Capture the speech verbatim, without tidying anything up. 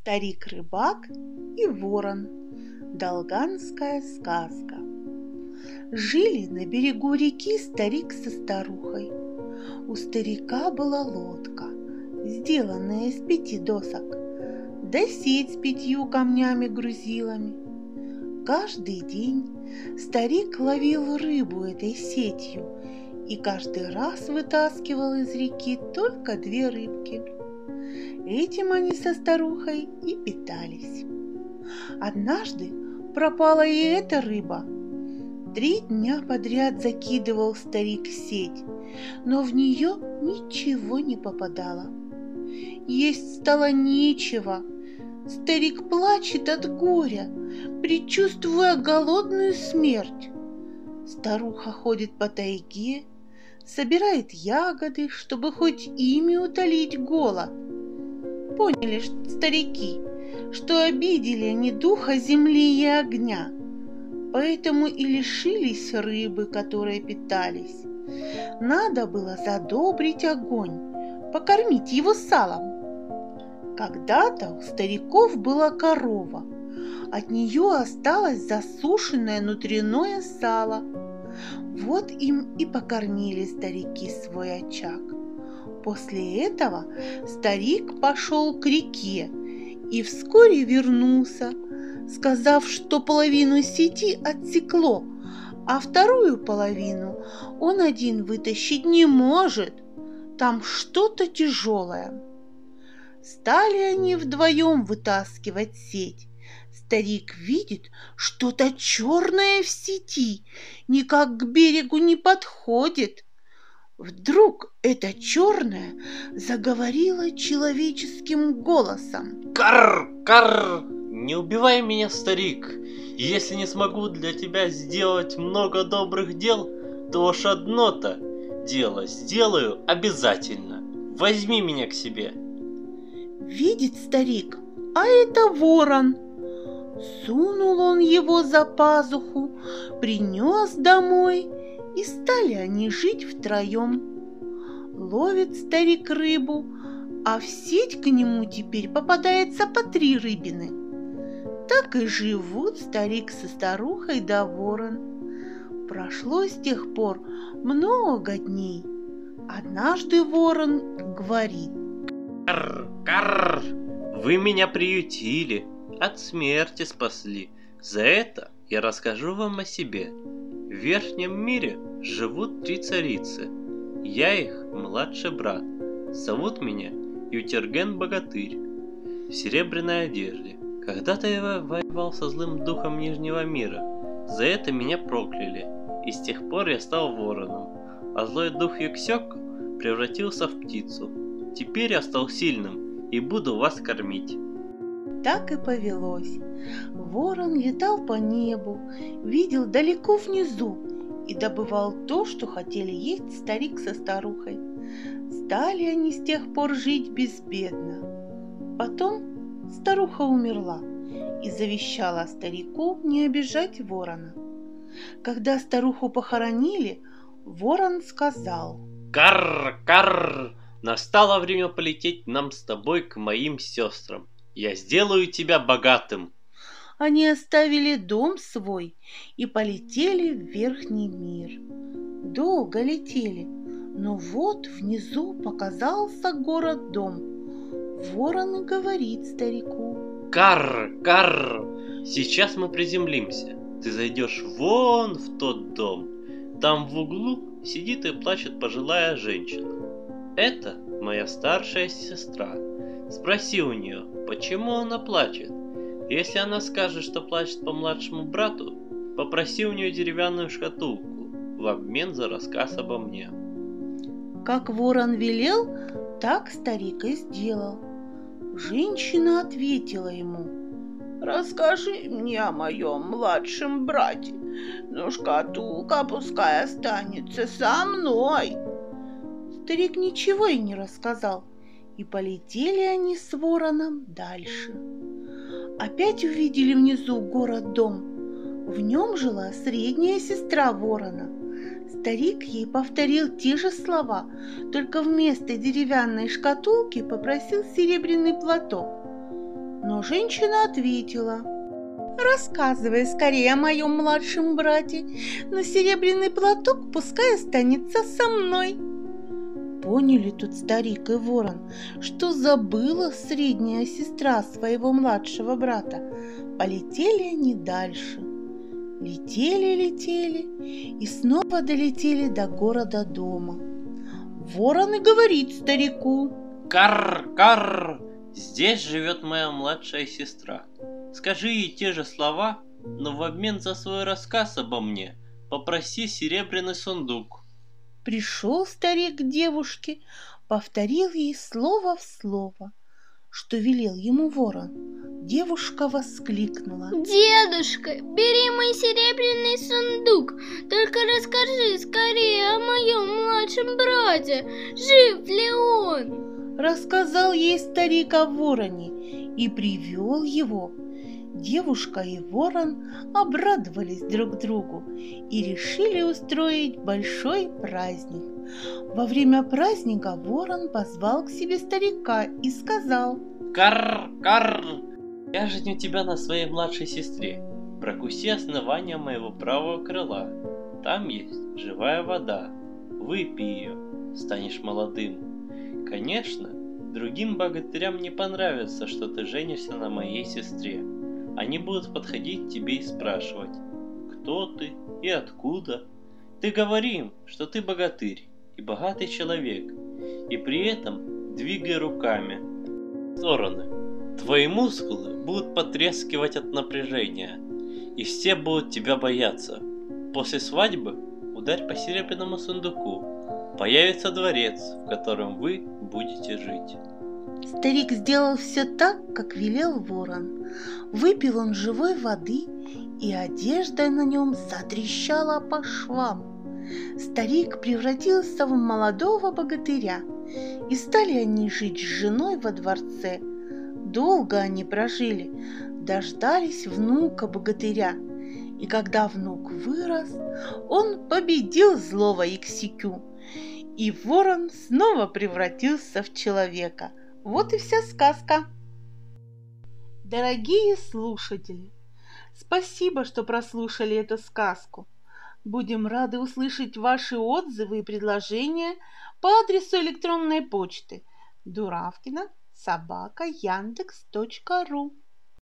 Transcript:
Старик-рыбак и ворон. Долганская сказка. Жили на берегу реки старик со старухой. У старика была лодка, сделанная из пяти досок, да сеть с пятью камнями-грузилами. Каждый день старик ловил рыбу этой сетью и каждый раз вытаскивал из реки только две рыбки. Этим они со старухой и питались. Однажды пропала и эта рыба. Три дня подряд закидывал старик сеть, но в нее ничего не попадало. Есть стало нечего. Старик плачет от горя, предчувствуя голодную смерть. Старуха ходит по тайге, собирает ягоды, чтобы хоть ими утолить голод. Поняли старики, что обидели они духа земли и огня, поэтому и лишились рыбы, которой питались. Надо было задобрить огонь, покормить его салом. Когда-то у стариков была корова, от нее осталось засушенное внутреннее сало. Вот им и покормили старики свой очаг. После этого старик пошел к реке и вскоре вернулся, сказав, что половину сети отсекло, а вторую половину он один вытащить не может. Там что-то тяжелое. Стали они вдвоем вытаскивать сеть. Старик видит, что-то черное в сети, никак к берегу не подходит. Вдруг это черное заговорило человеческим голосом. Карр, карр, не убивай меня, старик. Если не смогу для тебя сделать много добрых дел, то уж одно-то дело сделаю обязательно. Возьми меня к себе. Видит старик, а это ворон. Сунул он его за пазуху, принес домой, и стали они жить втроем. Ловит старик рыбу, а в сеть к нему теперь попадается по три рыбины. Так и живут старик со старухой да ворон. Прошло с тех пор много дней. Однажды ворон говорит: Карр, карр, вы меня приютили, от смерти спасли. За это я расскажу вам о себе. В верхнем мире живут три царицы. Я их младший брат. Зовут меня Ютирген-богатырь. В серебряной одежде. Когда-то я воевал со злым духом Нижнего мира. За это меня прокляли. И с тех пор я стал вороном. А злой дух Юксек превратился в птицу. Теперь я стал сильным и буду вас кормить. Так и повелось. Ворон летал по небу, видел далеко внизу и добывал то, что хотели есть старик со старухой. Стали они с тех пор жить безбедно. Потом старуха умерла и завещала старику не обижать ворона. Когда старуху похоронили, ворон сказал: Карр, карр, настало время полететь нам с тобой к моим сестрам. Я сделаю тебя богатым. Они оставили дом свой и полетели в верхний мир. Долго летели, но вот внизу показался город-дом. Ворон и говорит старику: Карр, карр, сейчас мы приземлимся. Ты зайдешь вон в тот дом. Там в углу сидит и плачет пожилая женщина. Это моя старшая сестра. Спроси у нее, почему она плачет. Если она скажет, что плачет по младшему брату, попроси у нее деревянную шкатулку в обмен за рассказ обо мне. Как ворон велел, так старик и сделал. Женщина ответила ему: расскажи мне о моем младшем брате, но шкатулка пускай останется со мной. Старик ничего и не рассказал, и полетели они с вороном дальше. Опять увидели внизу город-дом. В нем жила средняя сестра ворона. Старик ей повторил те же слова, только вместо деревянной шкатулки попросил серебряный платок. Но женщина ответила: «Рассказывай скорее о моем младшем брате, но серебряный платок пускай останется со мной». Поняли тут старик и ворон, что забыла средняя сестра своего младшего брата. Полетели они дальше. Летели, летели и снова долетели до города дома. Ворон и говорит старику: «Карр, карр! Здесь живет моя младшая сестра. Скажи ей те же слова, но в обмен за свой рассказ обо мне попроси серебряный сундук». Пришел старик к девушке, повторил ей слово в слово, что велел ему ворон. Девушка воскликнула: «Дедушка, бери мой серебряный сундук, только расскажи скорее о моем младшем брате, жив ли он?» Рассказал ей старик о вороне и привел его. Девушка и ворон обрадовались друг другу и решили устроить большой праздник. Во время праздника ворон позвал к себе старика и сказал: «Карр, карр! Я женю тебя на своей младшей сестре. Прокуси основание моего правого крыла. Там есть живая вода. Выпей ее, станешь молодым. Конечно, другим богатырям не понравится, что ты женишься на моей сестре. Они будут подходить к тебе и спрашивать, кто ты и откуда. Ты говори им, что ты богатырь и богатый человек, и при этом двигай руками в стороны. Твои мускулы будут потрескивать от напряжения, и все будут тебя бояться. После свадьбы ударь по серебряному сундуку. Появится дворец, в котором вы будете жить». Старик сделал все так, как велел ворон. Выпил он живой воды, и одежда на нем затрещала по швам. Старик превратился в молодого богатыря, и стали они жить с женой во дворце. Долго они прожили, дождались внука богатыря, и когда внук вырос, он победил злого Иксикю, и ворон снова превратился в человека. Вот и вся сказка. Дорогие слушатели, спасибо, что прослушали эту сказку. Будем рады услышать ваши отзывы и предложения по адресу электронной почты дуравкина собака яндекс точка ру.